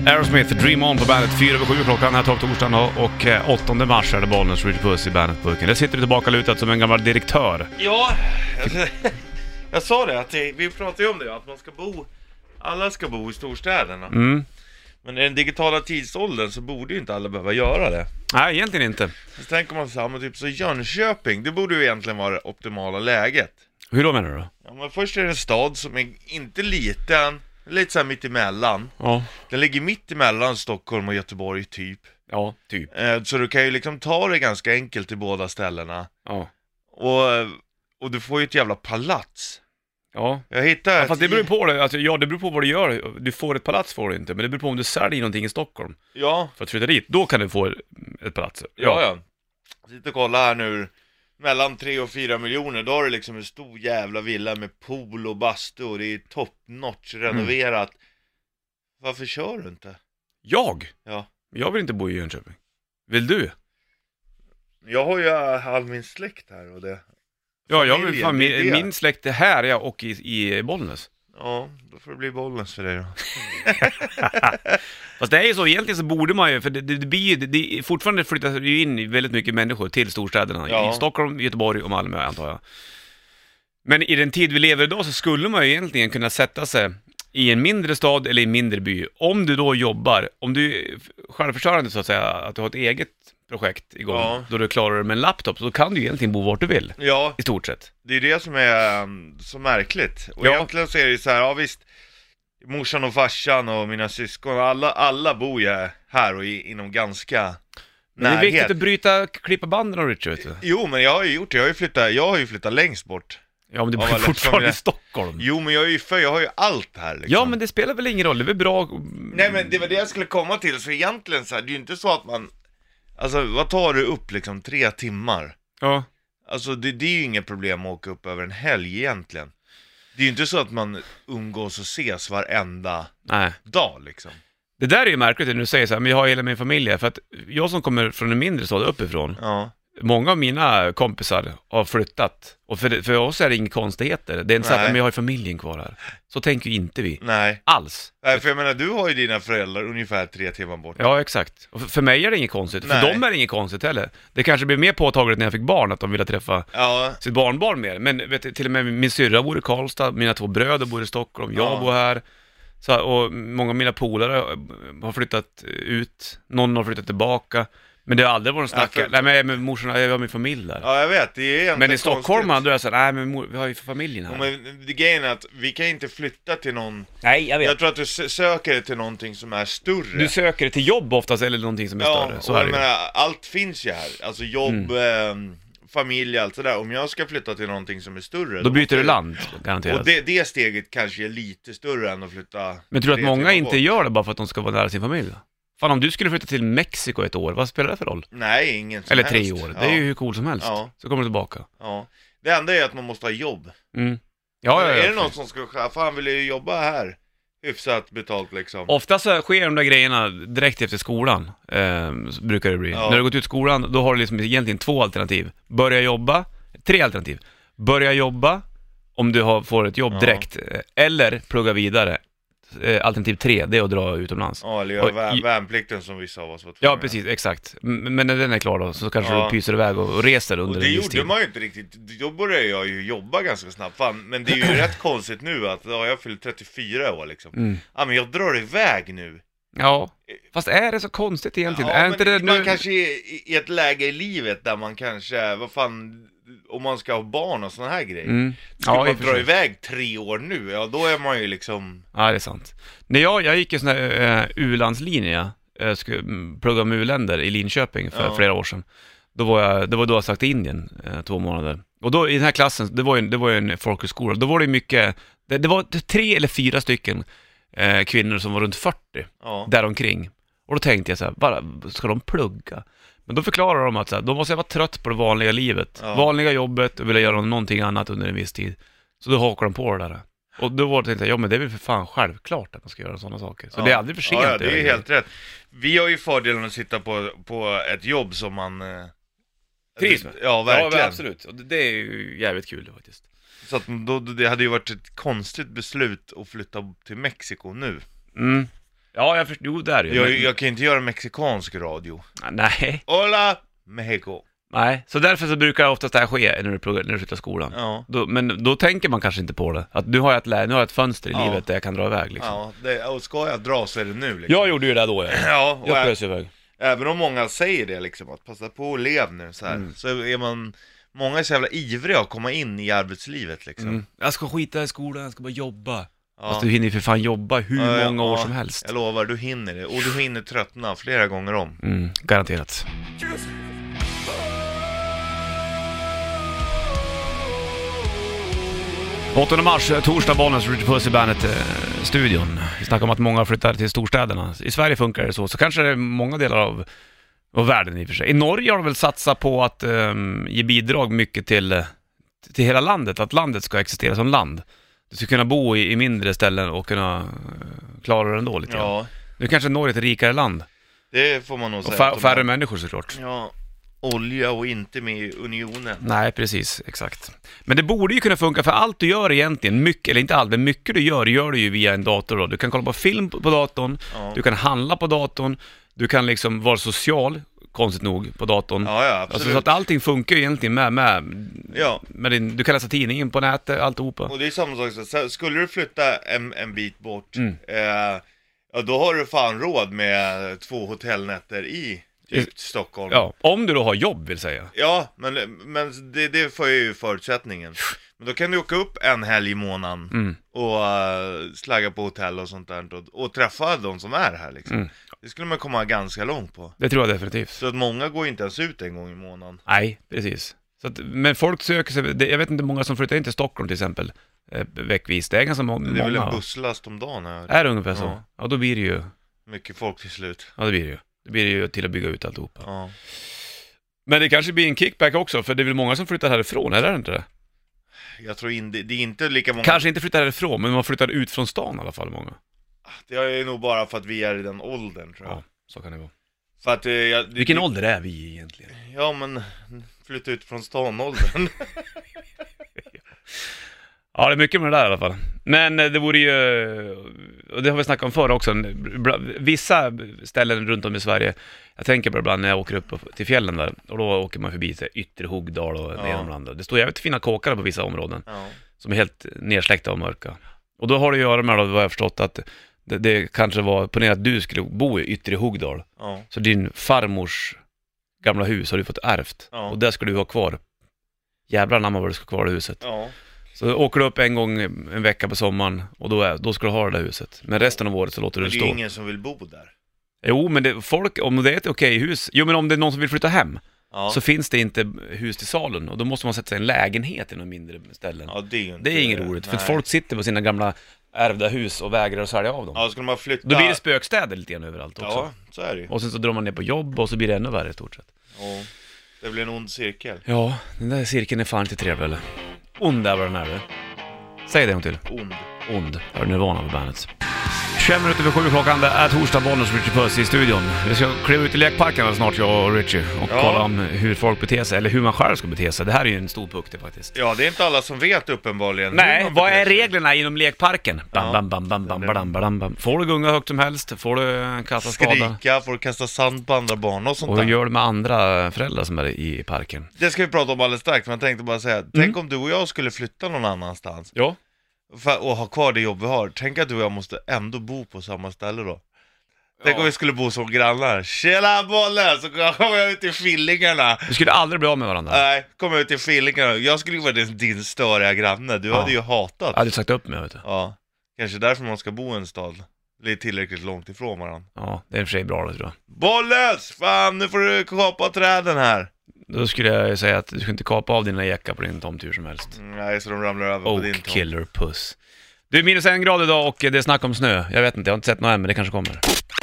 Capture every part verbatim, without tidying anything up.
Aerosmith, Dream On på bandet, fyra över sju klockan här tolv torsdagen och eh, åttonde mars är det Bollnäs Ritchie Puss i bandet-burken. Där sitter du tillbaka lutad som en gammal direktör. Ja, jag sa det, att vi pratade ju om det, att man ska bo, alla ska bo i storstäderna. Mm. Men i den digitala tidsåldern så borde ju inte alla behöva göra det. Nej, egentligen inte. Så tänker man så här, men typ så Jönköping, det borde ju egentligen vara det optimala läget. Hur då menar du då? Ja, men först är det en stad som är inte liten, lite så här mitt emellan. Ja. Den ligger mitt emellan Stockholm och Göteborg typ. Ja, typ. Eh, så du kan ju liksom ta det ganska enkelt till båda ställena. Ja. Och, och du får ju ett jävla palats. Ja. Jag hittar... Ja, fast det beror på det. Alltså, ja, det beror på vad du gör. Du får ett palats får du inte, men det beror på om du säljer någonting i Stockholm. Ja. För att flytta dit, då kan du få ett palats. Ja, ja. Sitter och kolla här nu. Mellan tre och fyra miljoner, då har du liksom en stor jävla villa med pool och bastu och det är top notch renoverat. Mm. Varför kör du inte? Jag? Ja. Jag vill inte bo i Jönköping. Vill du? Jag har ju all min släkt här och det. Ja, jag vill fan, det min, min släkt är här, ja, och i, i Bollnäs. Ja, då får det bli Bollnäs för dig då. Fast det är ju så, egentligen så borde man ju, för det, det, det blir ju, det, det, fortfarande flyttas det ju in väldigt mycket människor till storstäderna. Ja. I Stockholm, Göteborg och Malmö, antar jag. Men i den tid vi lever idag så skulle man ju egentligen kunna sätta sig i en mindre stad eller i en mindre by. Om du då jobbar, om du är självförsörjande så att säga, att du har ett eget projekt igång, ja, då du klarar det med en laptop, så kan du egentligen bo vart du vill. Ja, i stort sett. Det är det som är um, så märkligt. Och ja, egentligen så är det ju så här, ja visst, morsan och farsan och mina syskon, alla, alla bor ju här och i, inom ganska men det är viktigt att bryta, klippa banden och Richard, vet du. Jo, men jag har ju gjort det, jag har ju flyttat, jag har ju flyttat längst bort. Ja, men det bor fortfarande i Stockholm. Jo, men jag är ju för, jag har ju allt här liksom. Ja, men det spelar väl ingen roll, det är väl bra. Nej, men det var det jag skulle komma till. Så egentligen så här, det är ju inte så att man, alltså vad tar du upp liksom, tre timmar? Ja. Alltså det, det är ju inga problem att åka upp över en helg egentligen. Det är ju inte så att man umgås och ses varenda Nej. dag liksom. Det där är ju märkligt när du säger så här, men jag har hela min familj här, för att jag som kommer från en mindre stad uppifrån, ja, många av mina kompisar har flyttat. Och för, för oss är det inga konstigheter. Det är inte så att men jag har familjen kvar här. Så tänker ju inte vi. Nej. Alls. Nej, för jag menar, du har ju dina föräldrar ungefär tre timmar bort. Ja, exakt. Och för, för mig är det inget konstigt. Nej. För dem är det inget konstigt heller. Det kanske blir mer påtagligt när jag fick barn, att de ville träffa ja. sitt barnbarn mer. Men vet du, till och med min syrra bor i Karlstad, mina två bröder bor i Stockholm, jag ja. bor här. Så, och många av mina polare har flyttat ut. Någon har flyttat tillbaka. Men det har aldrig varit en snack. Ja, för... Nej, men med morsan, jag har min familj där. Ja, jag vet, det är men i Stockholm, då är jag så här, nej men mor, vi har ju familjen här. Ja, men det grejen är att vi kan inte flytta till någon. Nej, jag vet. Jag tror att du söker det till någonting som är större. Du söker det till jobb oftast, eller någonting som är ja, större. Så och är jag det. menar, allt finns ju här. Alltså jobb, mm. eh, familj, allt sådär. Om jag ska flytta till någonting som är större, då, då byter du land, garanterat. Och det, det steget kanske är lite större än att flytta. Men tror du att många inte bort. gör det bara för att de ska vara nära sin familj? Fan, om du skulle flytta till Mexiko ett år, vad spelar det för roll? Nej, ingen som Eller helst. tre år, det är ja. ju hur cool som helst. Ja. Så kommer du tillbaka. Ja. Det enda är att man måste ha jobb. Mm. Ja, ja, ja, är det någon som ska, fan vill ju jobba här? Hyfsat betalt liksom. Ofta så sker de där grejerna direkt efter skolan, eh, brukar det bli. Ja. När du har gått ut skolan, då har du liksom egentligen två alternativ. Börja jobba, tre alternativ. Börja jobba, om du har, får ett jobb ja. direkt. Eller plugga vidare. Alternativ tre, det är att dra utomlands. Ja, eller göra vär- värnplikten som vissa av oss var tvungna. Ja, precis, exakt. Men när den är klar då, så kanske ja. du pyser iväg och, och reser under en viss tid. Och det gjorde man ju inte riktigt. Då började jag ju jobba ganska snabbt. Fan. Men det är ju rätt konstigt nu att ja, jag fyller trettiofyra år liksom. Mm. Ja, men jag drar iväg nu. Ja, fast är det så konstigt egentligen? Ja, är men inte det man nu... kanske är i ett läge i livet där man kanske, vad fan, om man ska ha barn och såna här grejer. Mm. Ska ja, man dra iväg tre år nu, ja då är man ju liksom... Ja, det är sant. När jag, jag gick i sån här uh, u-landslinje, jag skulle plugga med u-länder i Linköping för ja. flera år sedan. Då var jag, det var då jag sagt Indien, uh, två månader. Och då i den här klassen, det var ju, det var ju en folkhögskola, då var det mycket, det, det var tre eller fyra stycken uh, kvinnor som var runt fyrtio, ja. däromkring. Och då tänkte jag så här, bara, ska de plugga? Men då förklarar de att så här, de måste vara trött på det vanliga livet. Ja. Vanliga jobbet och vilja göra någonting annat under en viss tid. Så då hakar de på det där. Och då var det tänkte jag, ja men det är väl för fan självklart att man ska göra sådana saker. Så ja. det är aldrig för sent. Ja, ja, det är helt rätt. Vi har ju fördelen att sitta på, på ett jobb som man... Eh, trivs med. Ja, verkligen. Ja, absolut. Och det är ju jävligt kul faktiskt. Så att då, det hade ju varit ett konstigt beslut att flytta till Mexiko nu. Mm. Ja, jag förstår, jo det är det ju. Jag, Men- jag kan inte göra mexikansk radio. Nej, Hola, Mexico. nej. Så därför så brukar det oftast det här ske när du, pluggar, när du slutar skolan. Ja. Då, men då tänker man kanske inte på det. Att nu har jag ett, lä- nu har jag ett fönster i Ja. livet där jag kan dra iväg liksom. Ja, det, och ska jag dra så är det nu liksom. Jag gjorde ju det då, ja. Ja, och Jag ä- prös iväg. även om många säger det liksom, att passa på och lev nu så här, Mm. så är man, många är så jävla ivriga att komma in i arbetslivet liksom. Mm. Jag ska skita i skolan, jag ska bara jobba. Ja. Fast du hinner ju för fan jobba hur Ja, ja, många år ja. som helst. Jag lovar, du hinner det. Och du hinner tröttna flera gånger om. Mm, garanterat. åttonde mars, torsdag, Bollnäs, Richard Puss i Bandet-studion. Vi snackar om att många flyttar till storstäderna. I Sverige funkar det så, så kanske det är många delar av, av världen i och för sig. I Norge har de väl satsat på att um, ge bidrag mycket till, till hela landet, att landet ska existera som land. Du ska kunna bo i, i mindre ställen och kunna uh, klara det ändå lite grann. Ja, Nu kanske Norge är ett rikare land, det får man nog och säga. fär, att de färre har. människor såklart. Ja, olja och inte med i unionen. Nej, precis, exakt. Men det borde ju kunna funka för allt du gör egentligen, mycket, eller inte allt, men mycket du gör, gör du ju via en dator då. Du kan kolla på film på datorn, Ja. du kan handla på datorn, du kan liksom vara social, konstigt nog, på datorn. Ja, ja, absolut. Alltså, så att allting funkar ju egentligen med, med, Ja, med din, du kan läsa tidningen på nätet, alltihopa. och det är samma sak, så så skulle du flytta en, en bit bort, Mm. eh, ja då har du fan råd med två hotellnätter i typ Stockholm. Ja, om du då har jobb vill säga. Ja, men, men det, det får ju förutsättningen. Men då kan du åka upp en helg i månaden Mm. och uh, slagga på hotell och sånt där och, och träffa de som är här liksom. Mm. Det skulle man komma ganska långt på. Det tror jag definitivt. Så att många går inte ens ut en gång i månaden. Nej, precis. Så att, men folk söker sig, det, jag vet inte hur många som flyttar in till Stockholm till exempel, eh, väckvis. Det är ganska må- Det är väl många. en va? busslast om dagen här. Är det ungefär så? Ja. Ja, då blir det ju, Mycket folk till slut. ja det blir det ju. Det blir det ju till att bygga ut alltihopa. Ja. Men det kanske blir en kickback också, för det är väl många som flyttar härifrån, eller är det inte det? Jag tror inte, det är inte lika många. Kanske inte flyttar härifrån, men man flyttar ut från stan i alla fall, många. Det är nog bara för att vi är i den åldern tror jag. Ja, så kan det vara. För att, eh, jag, det, Vilken det, ålder är vi egentligen? Ja men, flytta ut från stan-åldern. Ja, det är mycket med det där i alla fall. Men eh, det vore ju, och det har vi snackat om förr också, bla- vissa ställen runt om i Sverige, jag tänker på det ibland när jag åker upp till fjällen där, och då åker man förbi så här, Yttre Hogdal och Ja. det ena och det andra. Det står jävligt fina kåkar på vissa områden, Ja. som är helt nersläckta och mörka. Och då har det att göra med, då, vad jag förstått, att det, det kanske var på att du skulle bo i Yttre Hogdal, Ja. så din farmors gamla hus har du fått ärvt, Ja. och där ska du ha kvar. Jävlar namn vad du ska ha kvar i huset. Ja. Så åker du upp en gång en vecka på sommaren, och då, är, då ska du ha det där huset. Men resten av året så låter du Men det det är stå. ingen som vill bo där. Jo, men det, folk, om det är ett okej hus, jo men om det är någon som vill flytta hem, Ja. så finns det inte hus till salen, och då måste man sätta sig i en lägenhet i några mindre ställen. Ja, det är ju inte... Det är inget roligt, för nej. att folk sitter på sina gamla ärvda hus och vägrar att sälja av dem. Ja, skulle man flytta... Då blir det spökstäder lite grann överallt också. Ja, så är det ju. Och sen så drar man ner på jobb, och så blir det ännu värre i stort sett. Ja. Det blir en ond cirkel. Ja, den där cirkeln är fan inte trevlig eller? Ond är vad den är det. Säg det en gång till. Ond. Ond. Hör ni Nirvana på bandet. tjugo minuter över sju klockan, det är torsdag, Bollnäs, Richie Puss i studion. Vi ska kliva ut i lekparken snart, jag och Richie, och Ja. kolla om hur folk beter sig, eller hur man själv ska bete sig. Det här är ju en stor puck det faktiskt. Ja, det är inte alla som vet uppenbarligen. hur Nej, man vad beter är sig. reglerna inom lekparken? Bam, Ja. bam, bam, bam, bam, bam, bam, bam. Får du gunga högt som helst? Får du kasta skada? Skrika, får kasta sand på andra barn och sånt Och där. hur gör du med andra föräldrar som är i parken? Det ska vi prata om alldeles strax, men jag tänkte bara säga, tänk om du och jag skulle flytta någon annanstans Ja. för, och ha kvar det jobb vi har. Tänk att du och jag måste ändå bo på samma ställe då. Tänk Ja. om vi skulle bo som grannar. Tjena bollen! Så kommer jag ut till Fillingarna. Vi skulle aldrig bli av med varandra. Nej, kommer jag ut till Fillingarna. Jag skulle ju vara din, din störiga granne. Du Ja. hade ju hatat. Jag hade sagt upp mig, vet du. Ja, kanske därför man ska bo i en stad. Det är tillräckligt långt ifrån varandra. Ja, det är i och för sig bra det, tror jag. Bollens! Fan, nu får du kapa träden här. Då skulle jag säga att du ska inte kapa av dina ekar på din tomt hur som helst. Nej, så de ramlar över på din Oak tomt. Killer Puss. Det är minus en grad idag och det är snack om snö. Jag vet inte, jag har inte sett något än, men det kanske kommer.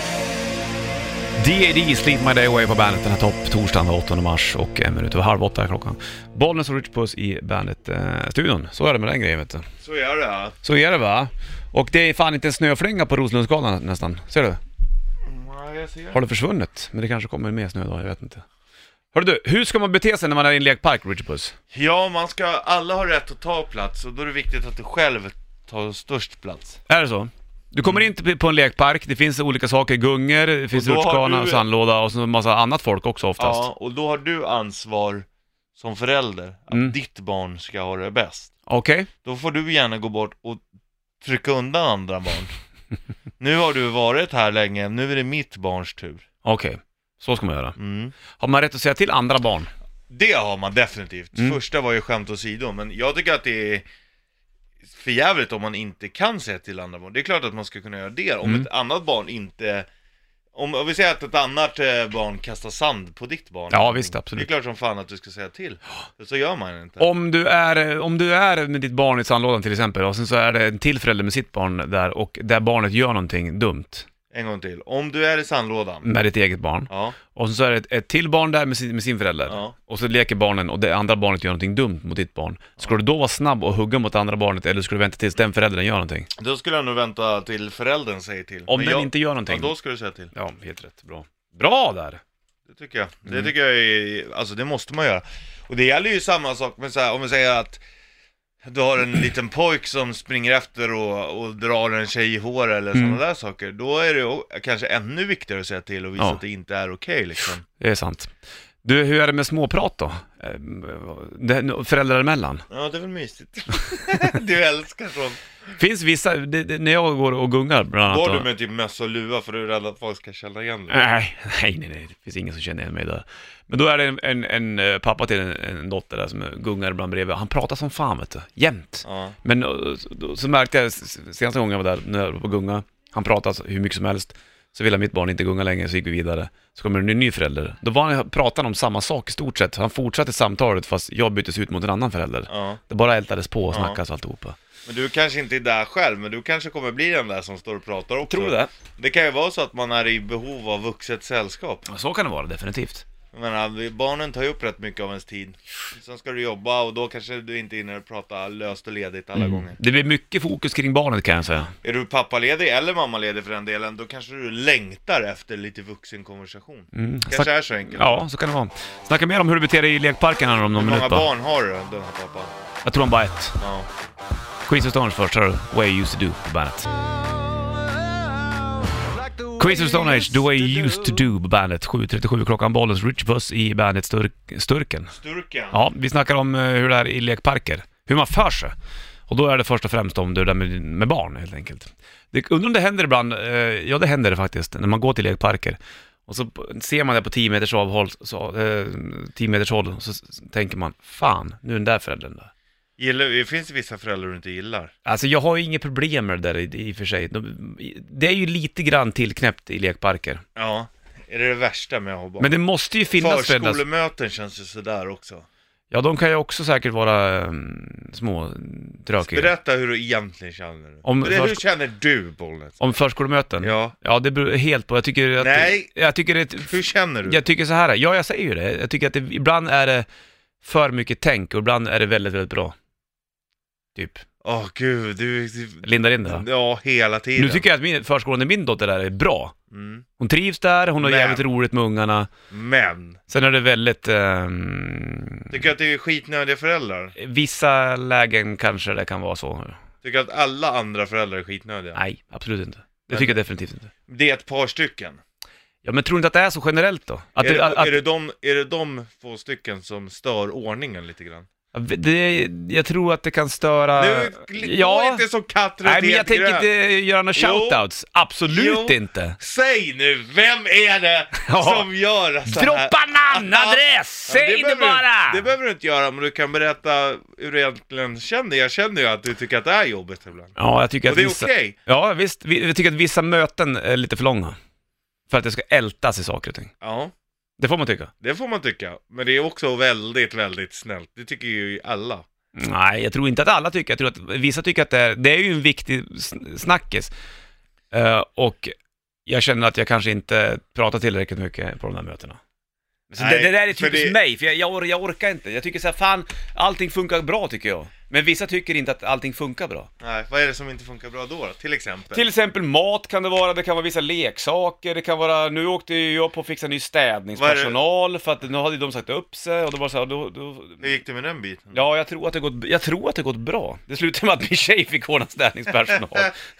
D A D, Sleep My Day Away på bandet den här topp torsdagen den åttonde mars och en minut över halv åtta är klockan. Bollnäs och Rich Puss i bandet-studion. Så är det med den grejen, vet du. Så gör det, ja. Så är det, va? Och det är fan inte en snöflänga på Roslundsgalan nästan. Ser du? Nej, jag ser. Har det försvunnit? Men det kanske kommer mer snö då, jag vet inte. Hörru du, hur ska man bete sig när man är i en lekpark, Richard Puss? Ja, man ska, alla har rätt att ta plats och då är det viktigt att du själv tar störst plats. Är det så? Du kommer mm. inte på en lekpark, det finns olika saker, gungor, det finns rutschkana, du... sandlåda och så en massa annat folk också oftast. Ja, och då har du ansvar som förälder att mm. ditt barn ska ha det bäst. Okej. Okay. Då får du gärna gå bort och trycka undan andra barn. Nu har du varit här länge, nu är det mitt barns tur. Okej, okay. Så ska man göra. Mm. Har man rätt att säga till andra barn? Det har man definitivt. Mm. Första var ju skämt åsido, men jag tycker att det är för jävligt om man inte kan säga till andra barn. Det är klart att man ska kunna göra det. Om mm. ett annat barn inte... Om, om vi säger att ett annat eh, barn kastar sand på ditt barn. Ja, visst, absolut. Det är klart som fan att du ska säga till. Så gör man inte. Om du är, om du är med ditt barn i sandlådan till exempel, och sen så är det en till förälder med sitt barn där, och där barnet gör någonting dumt. En gång till. Om du är i sandlådan med ditt eget barn, ja. Och så är det ett, ett till barn där med sin, med sin förälder, ja. Och så leker barnen och det andra barnet gör någonting dumt mot ditt barn. Ska ja. du då vara snabb och hugga mot andra barnet, eller ska du vänta tills den föräldern gör någonting? Då skulle jag nog vänta till föräldern säger till. Om Men den jag... inte gör någonting, ja, då ska du säga till. Ja, helt rätt, bra. Bra där! Det tycker jag. Det mm. tycker jag är, alltså det måste man göra. Och det gäller ju samma sak med så här, om vi säger att du har en liten pojk som springer efter och, och drar en tjej i hår eller mm. sådana där saker. Då är det kanske ännu viktigare att säga till och visa ja. att det inte är okej okay, liksom. Det är sant. Du, hur är det med småprat då? Det, föräldrar emellan? Ja, det är väl mysigt. Du älskar sånt. Finns vissa, det, det, när jag går och gungar bland annat. Går du med typ mössa och luva för du är rädd att folk ska känna igen dig? Nej, nej, nej, nej, det finns ingen som känner igen mig där. Men då är det en, en, en pappa till en, en dotter där som gungar ibland bredvid. Han pratar som fan, vet du, jämt. Ja. Men då, så märkte jag senaste gången jag var där, när jag var på gunga, han pratade hur mycket som helst. Så ville mitt barn inte gunga längre, så gick vi vidare. Så kommer en ny förälder. Då var han, pratade om samma sak i stort sett. Han fortsatte samtalet fast jag byttes ut mot en annan förälder. Ja. Det bara ältades på och snackas ja. alltihopa. Men du kanske inte är där själv, men du kanske kommer bli den där som står och pratar också. Tror du det? Det kan ju vara så att man är i behov av vuxet sällskap. Ja, så kan det vara, definitivt. Jag menar, barnen tar ju upp rätt mycket av ens tid. Sen ska du jobba och då kanske du inte hinner prata löst och ledigt alla mm. gånger. Det blir mycket fokus kring barnet, kan jag säga. Är du pappaledig eller mammaledig för den delen, då kanske du längtar efter lite vuxen konversation. Mm. Kanske Snack... är så enkelt. Ja, så kan det vara. Snacka mer om hur du beter dig i lekparken här om någon minut. Hur många barn har du, den här pappa? Jag tror han bara ett. Ja. Queens of Stone Age först, hör Way You Used To Do på bandet. Queens of Stone Age, The Way You Used To Do på bandet. sju trettiosju klockan, Bollens Rich Bus i bandet Sturk, Sturken. Sturken? Ja, vi snackar om hur det är i lekparker. Hur man för sig. Och då är det först och främst om det där med, med barn, helt enkelt. Det, undrar om det händer ibland, eh, ja det händer det faktiskt, när man går till lekparker. Och så ser man det på tio meters avhåll, så, eh, tio meters håll, och så tänker man, fan, nu är den där föräldern där. Gillar, det finns vissa föräldrar du inte gillar. Alltså jag har ju inga problem med det där i, i och för sig. Det är ju lite grann tillknäppt i lekparker. Ja, är det det värsta med att ha barn? Men det måste ju finnas föräldrar. Förskolemöten känns ju sådär också. Ja, de kan ju också säkert vara um, små tråkiga. Berätta hur du egentligen känner. Om det, försk- hur känner du, Bollnäs? Om förskolemöten? Ja. Ja, det beror helt på. Jag tycker att Nej, det, jag tycker det, hur känner du? Jag tycker så här. Ja, jag säger ju det. Jag tycker att det, ibland är det för mycket tänk och ibland är det väldigt, väldigt bra. Typ. Åh oh, gud, du... Lindar in det, va? Ja, hela tiden. Nu tycker jag att min, förskolan i min dotter där är bra. Mm. Hon trivs där, hon har Men. jävligt roligt med ungarna. Men. Sen är det väldigt... Um... Tycker att det är skitnödiga föräldrar? Vissa lägen kanske det kan vara så. Tycker att alla andra föräldrar är skitnödiga? Nej, absolut inte. Det tycker jag definitivt inte. Det är ett par stycken. Ja, men tror inte att det är så generellt då? Att är, det, att, är, det de, är det de få stycken som stör ordningen lite grann? Det, jag tror att det kan störa... Nu, ja, inte så katter. Nej, men jag tänker inte göra några shoutouts. Absolut jo. inte. Säg nu, vem är det ja. som gör så här? Droppa namnadress! Säg ja, det, det bara! Du, det behöver du inte göra, men du kan berätta hur du egentligen känner. Jag känner ju att du tycker att det är jobbigt ibland. Ja, jag tycker Och att det är vissa... okej. Okay. Ja, visst. Vi, vi tycker att vissa möten är lite för långa. För att det ska ältas i saker och ting. Ja. Det får man tycka. Det får man tycka. Men det är också väldigt, väldigt snällt. Det tycker ju alla. Nej, jag tror inte att alla tycker. Jag tror att vissa tycker att det är, det är ju en viktig snackis. Uh, och jag känner att jag kanske inte pratar tillräckligt mycket på de här mötena. Så Nej, det, det där är typiskt det... mig, för jag, jag, or, jag orkar inte. Jag tycker så här, fan, allting funkar bra tycker jag. Men vissa tycker inte att allting funkar bra. Nej, vad är det som inte funkar bra då, då? Till exempel? Till exempel mat kan det vara, det kan vara vissa leksaker, det kan vara, nu åkte jag på att fixa ny städningspersonal för att nu hade de sagt upp sig och då var så här, då, då... Hur gick det med den biten? Ja, jag tror att det gått, jag tror att det gått bra. Det slutade med att min tjej fick ordna städningspersonal.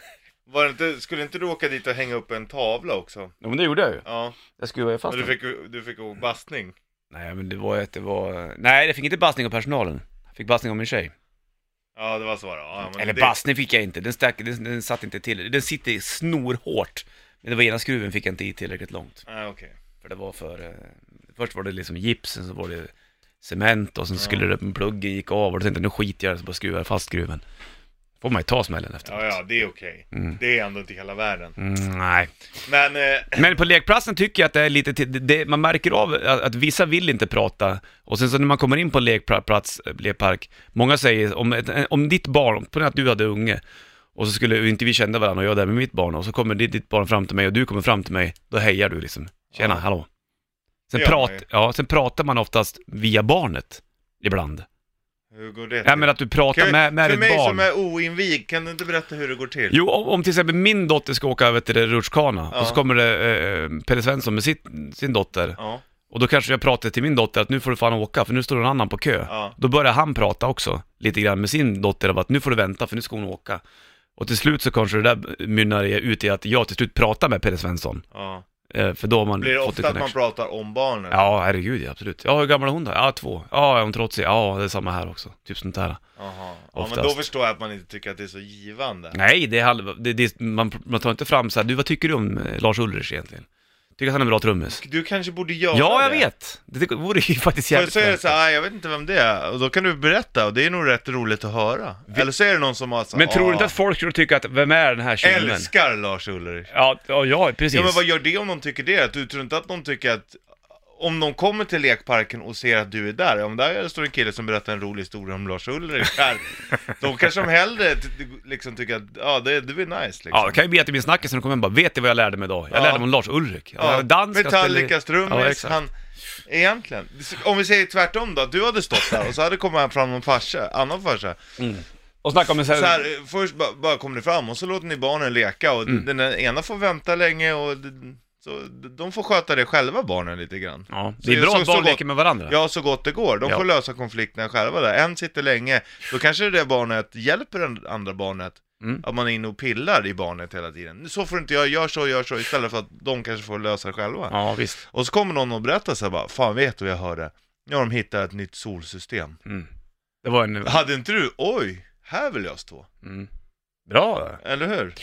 Var det inte, skulle inte du åka dit och hänga upp en tavla också? Ja, men det gjorde jag ju. Ja. Jag skruvade fast Men du den. fick, du fick åka bastning. Nej, men det var att det var... Nej, jag fick inte bastning av personalen. Jag fick bastning av min tjej. Ja, det var så. Ja, men Eller det... bastning fick jag inte. Den, stack, den, den satt inte till. Den sitter snorhårt. Men det var ena skruven fick jag inte i tillräckligt långt. Ja, okej. För det var för... Eh, först var det liksom gipsen, så var det cement och sen skulle det, pluggen gick av och då tänkte jag, nu skiter jag så bara skruvar fast skruven. Får man ju ta smällen efteråt. Ja, ja, det är okej. Mm. Det är ändå inte hela världen. Mm, nej. Men... Eh... Men på lekplatsen tycker jag att det är lite... Till, det, man märker av att, att vissa vill inte prata. Och sen så när man kommer in på en lekplats, lekpark, många säger om, ett, om ditt barn, på det att du hade unge, och så skulle inte vi känna varandra och jag där med mitt barn, och så kommer ditt, ditt barn fram till mig och du kommer fram till mig, då hejar du liksom. Tjena, Ja. hallå. Sen, Det gör prat, man ju. ja, sen pratar man oftast via barnet ibland. Hur går det till? Ja, men att du pratar Kan- med, med För ett mig barn. som är oinvig, kan du inte berätta hur det går till? Jo, om, om till exempel min dotter ska åka över till rutschkana Ja. och så kommer det eh, Pelle Svensson med sitt, sin dotter. Ja, Och då kanske jag pratar till min dotter att nu får du fan åka, för nu står någon annan på kö. ja. Då börjar han prata också lite grann med sin dotter av att nu får du vänta för nu ska hon åka. Och till slut så kanske det där mynnar ut i att jag till slut pratar med Pelle Svensson. ja. Eh, för då har man Blir det fått ofta en att man connection. pratar om barnen? Ja, herregud, ja, absolut. Ja, hur gammal är hon då? Ja, två. Ja, är hon trotsig? Ja, det är samma här också. Typ sånt där. Jaha. Ja, Oftast. men då förstår jag att man inte tycker att det är så givande. Nej, det är halv... Det, det, man, man tar inte fram så här, du, vad tycker du om eh, Lars Ulrich egentligen? Tycker att han är en bra trummis? Du kanske borde göra Ja, jag det. vet. Det vore ju faktiskt För jävligt så är det fränt. så här, "Ah, jag vet inte vem det är", och då kan du berätta, och det är nog rätt roligt att höra. Eller så är det någon som har så, Men tror du "Ah, inte att folk skulle tycka att, vem är den här tjommen? älskar Lars Ulrich"? Ja, ja, ja, precis. Ja, men vad gör det om de tycker det? Att du tror inte att de tycker att om de kommer till lekparken och ser att du är där, om där står en kille som berättar en rolig historia om Lars Ulrich här, då kanske de hellre t- liksom tycker att ja, det, det blir nice liksom. Ja, det kan ju bli att det blir snackis när de kommer hem bara, vet du vad jag lärde mig idag? Jag Ja. lärde mig om Lars Ulrich. Ja, Dansk, Metallicas trummis, Ja, exakt. han... Egentligen, om vi säger tvärtom då, att du hade stått där och så hade kommit fram någon farsa, annan farsa. Och snacka om en så Så här... här, först bara, bara kommer ni fram och så låter ni barnen leka och Mm. den ena får vänta länge och d- så de får sköta det själva, barnen, lite grann. Ja, Så- det är bra så- att så barn gott- leker med varandra. Ja, så gott det går. De Ja. får lösa konflikterna själva där. En sitter länge, då kanske det barnet hjälper det andra barnet. Mm. Att man är inne och pillar i barnet hela tiden. Så får inte jag, gör så, gör så, istället för att de kanske får lösa det själva. Ja, visst. Och så kommer någon och berättar så här bara, fan vet du vad jag hörde? Nu har de hittat ett nytt solsystem. Mm. Det var en... Hade inte du, oj, här vill jag stå. Mm. Bra. Eller hur?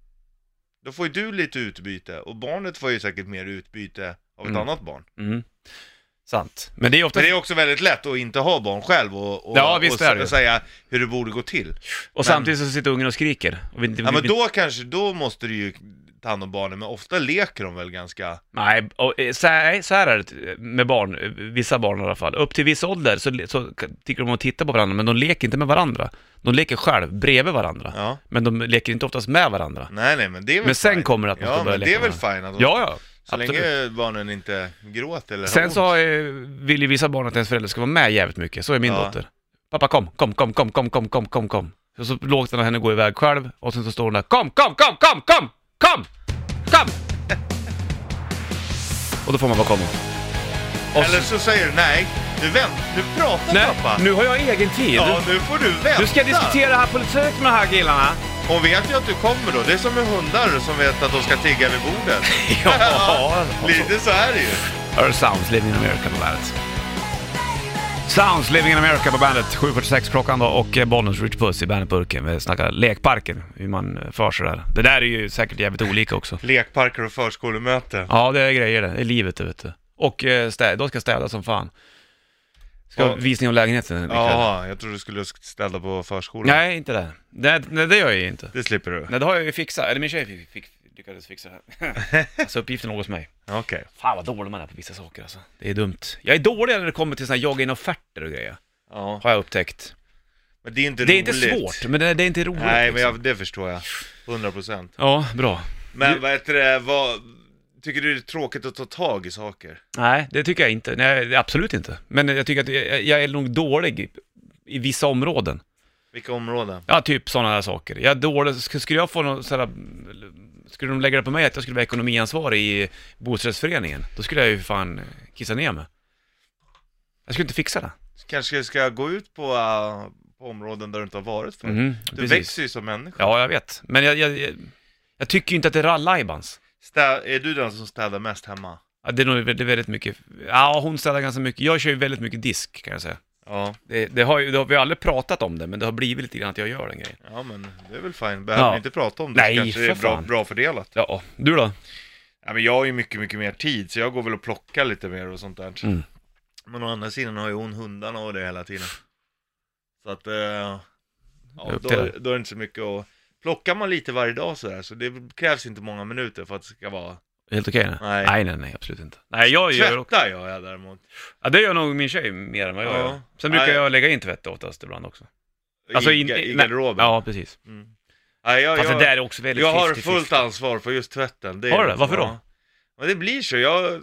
Då får ju du lite utbyte, och barnet får ju säkert mer utbyte av ett Mm. annat barn. Mm. Sant. Men det är ofta... Men det är också väldigt lätt att inte ha barn själv och, och, Ja, visst och är det ju. säga hur det borde gå till. Och samtidigt så sitter ungen och skriker. Och vi, vi, Ja, men vi- då kanske, då måste du ju ta hand om barnen, men ofta leker de väl ganska... Nej, och, eh, så, här, så här är det med barn, eh, vissa barn i alla fall. Upp till viss ålder så, så tycker de om att titta på varandra, men de leker inte med varandra. De leker själv, bredvid varandra. Ja, Men de leker inte oftast med varandra. nej nej, men det är väl Men sen fine. kommer det att man Ja, ska börja men det är leka väl med fine att de, Ja, ja. så absolut. länge barnen inte gråter eller Sen har så ont. eh, vill ju vissa barn att ens föräldrar ska vara med jävligt mycket. Så är min Ja. dotter. Pappa kom, kom, kom, kom, kom, kom, kom, kom, kom. Och så låter han henne gå iväg själv. Och sen så står hon där, kom, kom, kom, kom, kom, kom, kom. Och då får man bara komma. Och Eller så, så säger du, nej, du vänt, nu pratar nej, pappa. nu har jag egen tid. Ja, nu får du vänta. Nu ska jag diskutera här politik med de här killarna. Hon vet ju att du kommer då, det är som med hundar som vet att de ska tigga vid bordet. Ja, Lite så är det ju. Hör Sounds Living in America på bandet. Sounds Living in America på bandet, sju fyrtiosex klockan då, och eh, Bollnäs Rich Puss i bandetburken. Vi snackar lekparken, hur man eh, för sig där. Det där är ju säkert jävligt olika också. Lekparker och förskolemöte. Ja, det är grejer det. Det är livet, det, vet du. Och eh, städ, då ska städa som fan. Ska Ja. visning om lägenheten ikväll. Ja, jag tror du skulle ställa på förskolan. Nej, inte det. det. Nej, det gör jag ju inte. Det slipper du. Nej, det har jag ju fixat. Eller min tjej fick, fick, lyckades fixa det. Alltså uppgiften låg hos mig. Okej. Fan vad dålig man är på vissa saker alltså. Det är dumt. Jag är dålig när det kommer till såna här jaga in offerter och grejer. Ja. Har jag upptäckt. Men det är inte Det är roligt. inte svårt, men det, det är inte roligt. Nej, men liksom. jag, det förstår jag. hundra procent. Ja, bra. Men Du- vad heter det, vad... Tycker du det är tråkigt att ta tag i saker? Nej, det tycker jag inte. Nej, absolut inte. Men jag tycker att jag, jag är nog dålig i, i vissa områden. Vilka områden? Ja, typ sådana här saker. Jag är dålig. Sk- Skulle jag få någon sån här... Skulle de lägga det på mig att jag skulle vara ekonomiansvarig i bostadsrättsföreningen, då skulle jag ju fan kissa ner mig. Jag skulle inte fixa det. Kanske ska gå ut på, uh, på områden där du inte har varit för. Mhm, Du precis. växer ju som människa. Ja, jag vet. Men jag, jag, jag, Jag tycker ju inte att det är lajbans. Stä- är du den som städar mest hemma? Ja, det är nog det är väldigt mycket. Ja, hon städar ganska mycket. Jag kör ju väldigt mycket disk, kan jag säga. Ja. Det, det har ju, det har, vi har aldrig pratat om det, men det har blivit lite grann att jag gör den grejen. Ja, men det är väl fint. Behöver Ja. inte prata om det. Nej, Så kanske det är för bra, fan. bra fördelat. Ja, du då? Ja, men jag har ju mycket, mycket mer tid, så jag går väl och plockar lite mer och sånt där. Mm. Men å andra sidan har ju hon hundarna och det hela tiden. Så att, eh, ja, Upp då, till det. då är det inte så mycket att... Plockar man lite varje dag så där, så det krävs inte många minuter för att det ska vara... Helt okej? Okay, Nej. nej, nej, nej, absolut inte. Nej, jag gör också... Tvättar gör jag däremot. Ja, det gör nog min tjej mer än vad jag Ja. gör. Sen brukar Nej. jag lägga in tvätt oftast ibland också. I, Alltså i, in- i nej. garderoben. Ja, precis. Mm. Nej, jag, Fast jag, det där är också väldigt jag har fifty fullt fifty. ansvar för just tvätten. Det är Har du det? det. Varför då? Ja. Men det blir så. Jag...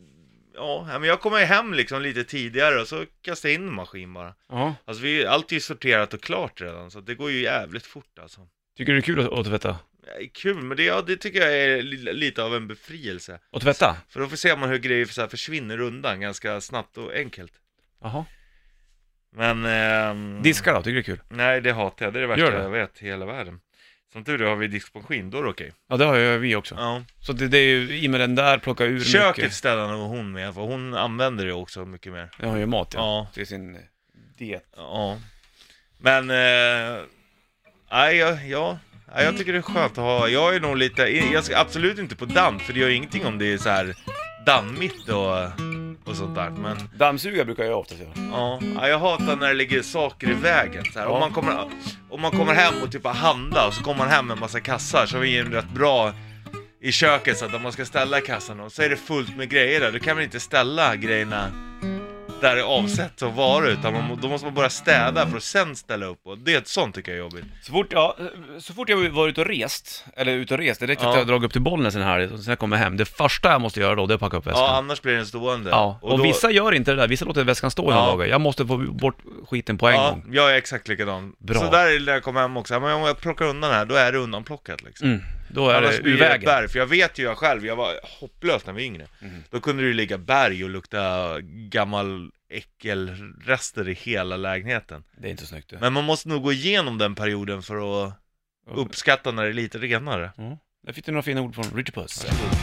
Ja, men jag kommer hem liksom lite tidigare och så kastar jag in en maskin bara. Ja. Alltså vi, allt är ju sorterat och klart redan, så det går ju jävligt fort alltså. Tycker du det är kul att, att tvätta? Det är kul, men det, ja, det tycker jag är li, lite av en befrielse. Att tvätta? För då får ser man hur grejer så här försvinner undan ganska snabbt och enkelt. Jaha. Men... ehm, Diskar då? Tycker du det är kul? Nej, det hatar jag. Det är det värsta Gör det? jag vet i hela världen. Som tur är har vi diskmaskin, då är det okej. Ja, det har ju vi också. Ja. Så det, det är ju i med den där, plocka ur Köket mycket. ställer nog hon med, för hon använder det också mycket mer. Jag har ju mat, ja. Ja. Till sin eh, diet. Ja. Men... Eh, nej, ja, ja. Ja, jag tycker det är skönt att ha, jag är nog lite, jag ska absolut inte på damm, för det gör ingenting om det är så här dammigt och, och sånt där, men Dammsuga brukar jag oftast göra. ja, ja, jag hatar när det ligger saker i vägen så här. Ja. Om man kommer, om man kommer hem och typ handlar och så kommer man hem med en massa kassar så är det rätt bra i köket så att om man ska ställa kassan och så är det fullt med grejer där, då kan man inte ställa grejerna där det är avsett att vara, utan man, då måste man bara städa för att sen ställa upp, och det är ett sånt tycker jag är jobbigt. Så fort, ja, så fort jag var ute och rest, eller ute och rest, det räcker att Ja. jag drar upp till Bollnäs en här och sen kommer jag hem. Det första jag måste göra då, det är att packa upp väskan. Ja, annars blir den stående. Ja, och, då- vissa gör inte det där, vissa låter väskan stå i några Ja. dagar. Jag måste få bort skiten på en Ja, gång. jag är exakt likadan. Bra. Så där är det när jag kommer hem också. Men om jag plockar undan här, då är det undanplockat liksom. Mm, då är Annars det blir ur det ett vägen. berg, för jag vet ju jag själv, jag var hopplös när vi var yngre. Mm. Då kunde det ju ligga berg och lukta gammal äckelrester i hela lägenheten. Det är inte så snyggt det. Men man måste nog gå igenom den perioden för att uppskatta när det är lite renare. Ja. Där fick du några fina ord från Richie Puss.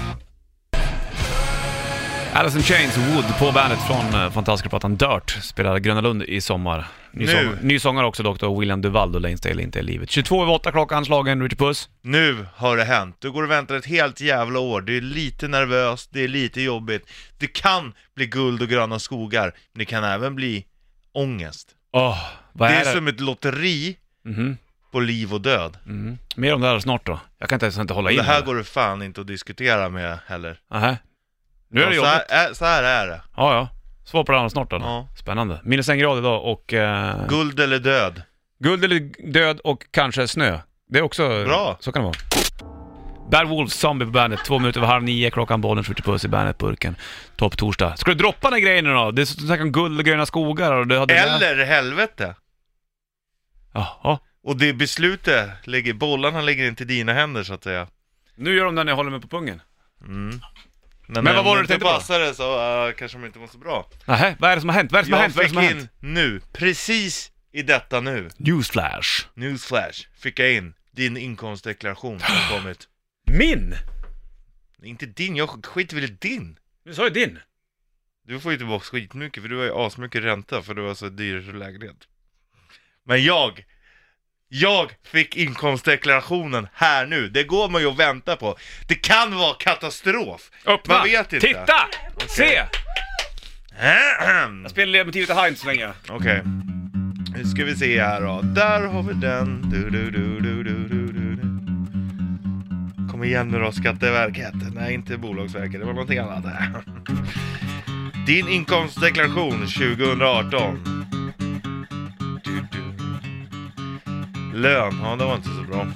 Alice in Chains, Wood på bandet från uh, fantastiska plattan Dirt. Spelar Gröna Lund i sommar. Ny, Nu. sång, ny sångare också, doktor William Duvall och Lane Staley inte i livet. tjugotvå över åtta klockan slagen, Richie Puss. Nu har det hänt. Du går och väntar ett helt jävla år. Du är lite nervös, det är lite jobbigt. Det kan bli guld och gröna skogar, men det kan även bli ångest. Åh, vad Det är är det? som ett lotteri Mhm, på liv och död. mhm. Mer om det här snart då. Jag kan inte ens inte hålla in Det här går det fan inte att diskutera med heller. Aha. Nu är det Ja, så, jobbigt. här, är, så här är det. Ja, ja. Svar på det här snart då. Ja. Spännande. Minus en grad idag och... Eh, Guld eller död. guld eller död och kanske snö. Det är också... Bra. Så kan det vara. Bad Wolves, Zombie på bandet. Två minuter över halv nio, klockan bollen, skjuter puss i bandet-burken. Topp torsdag. Ska du droppa den grejen då? Det är så snackar om guld och gröna skogar och det hade... Eller helvete. Jaha. Och det beslutet ligger, bollarna ligger inte i dina händer så att säga. Nu gör de den när jag håller mig på pungen. Mm. Men vad var det du inte tänkte på? passar det så uh, kanske de inte var så bra. Nähä, vad är det som har hänt? Vad är det som har Jag hänt? Vad är det fick som har in hänt? nu, precis i detta nu, Newsflash. newsflash, fick jag in din inkomstdeklaration som har kommit. Min? Inte din, jag skiter väl i din. Du sa ju din. Du får ju tillbaka skitmycket för du har ju asmycket ränta för du har så dyr lägenhet. Men jag, jag fick inkomstdeklarationen här nu. Det går man ju att vänta på. Det kan vara katastrof. Öppna. Man vet inte. Titta! Se! Okej, Jag spelar med T V till Heinz så länge. nu ska vi se här då. Där har vi den. Du, du, du, du, du, du, du. Kom igen nu då, Skatteverket. Nej, inte Bolagsverket, det var någonting annat. Din inkomstdeklaration tjugohundraarton. Du, du. Lön, ja det var inte så bra.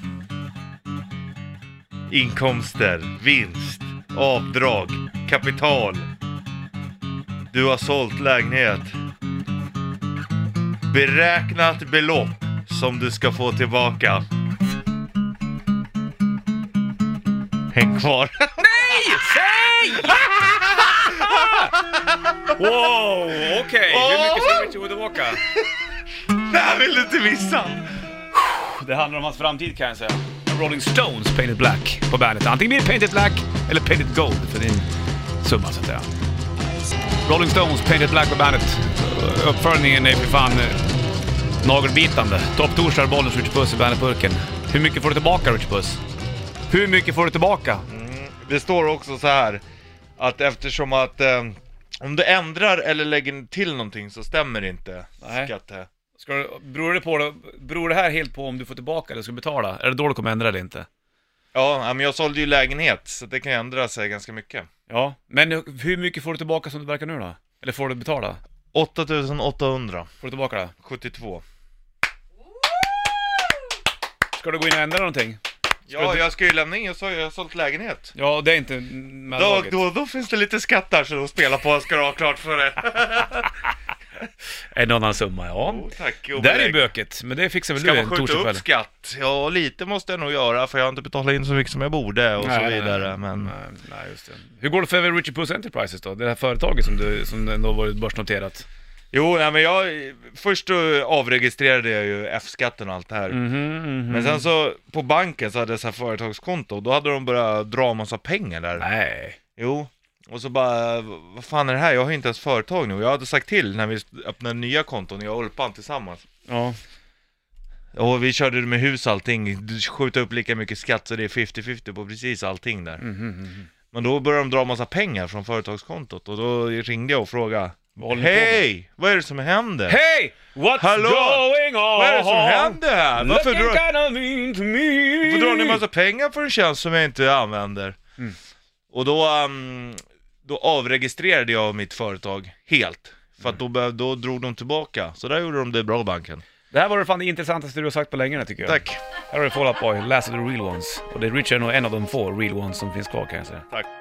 Inkomster, vinst, avdrag, kapital. Du har sålt lägenhet. Beräknat belopp som du ska få tillbaka. Häng kvar. Nej! Säg! Wow, okej. Okay. Hur mycket ska vi få tillbaka? Det här vill du inte missa. Det handlar om hans framtid kan jag säga. Rolling Stones, Painted Black på bandet. Antingen blir det Painted Black eller Painted Gold för din summa så att säga. Rolling Stones, Painted Black på bandet. Uppföljningen är för fan eh, nagelbitande. Topp torsdag, Bollens Richard Puss i bandetburken. Hur mycket får du tillbaka, Richard Puss? Hur mycket får du tillbaka? Mm, det står också så här att eftersom att eh, om du ändrar eller lägger till någonting så stämmer det inte. Nej. Skatt här. Ska du, beror, det på, beror det här helt på om du får tillbaka eller ska du betala? Är det då du kommer ändra eller inte? Ja, men jag sålde ju lägenhet så det kan ändra sig ganska mycket. Ja, men hur mycket får du tillbaka som det verkar nu då? Eller får du betala? åtta tusen åttahundra. Får du tillbaka det? sjuttiotvå. Ska du gå in och ändra någonting? Ska Ja, du... jag ska ju lämna in, jag sa ju, jag har sålt lägenhet. Ja, det är inte Då, medlaget. då, då finns det lite skatt där så att spela på, ska du ha klart för det. En annan summa, ja. Oh, tack. Och där är belägg. böket, men det fixar väl Ska du man en skjuta torsdagskväll? upp skatt? Ja, lite måste jag nog göra för jag har inte betalat in så mycket som jag borde och Nej, så nej, vidare. nej, Men... nej, nej, just det. Hur går det för Richard Puss Enterprises då? Det här företaget som du som ändå varit börsnoterat. Jo, nej, men jag... Först då avregistrerade jag ju F-skatten och allt det här. Mhm, mhm. Men sen så, på banken så hade jag så här företagskonto och då hade de börjat dra massa pengar där. Nej. Jo, och så bara, vad fan är det här? Jag har inte ens företag nu. Jag hade sagt till när vi öppnade nya konton, jag och Ulpan tillsammans. Ja. Och vi körde med hus allting, du skjuter upp lika mycket skatt så det är femtio femtio på precis allting där. Mhm, mhm. Men då började de dra massa pengar från företagskontot och då ringde jag och frågade: Vad håller ni på med? hej, vad är det som händer? Hey! What's Hallå? going on? Vad är det som händer här? Varför Looking drar, kinda mean to me. varför drar ni massa pengar för en tjänst som jag inte använder? Mm. Och då, um, då avregistrerade jag mitt företag helt. För att då, behöv- då drog de tillbaka. Så där gjorde de det bra, banken. Det här var det fan det intressantaste du har sagt på länge tycker jag. Tack. Här har du Fall Out Boy, Last of the Real Ones. Och det är Richard och en av de få real ones som finns kvar kan jag säga. Tack.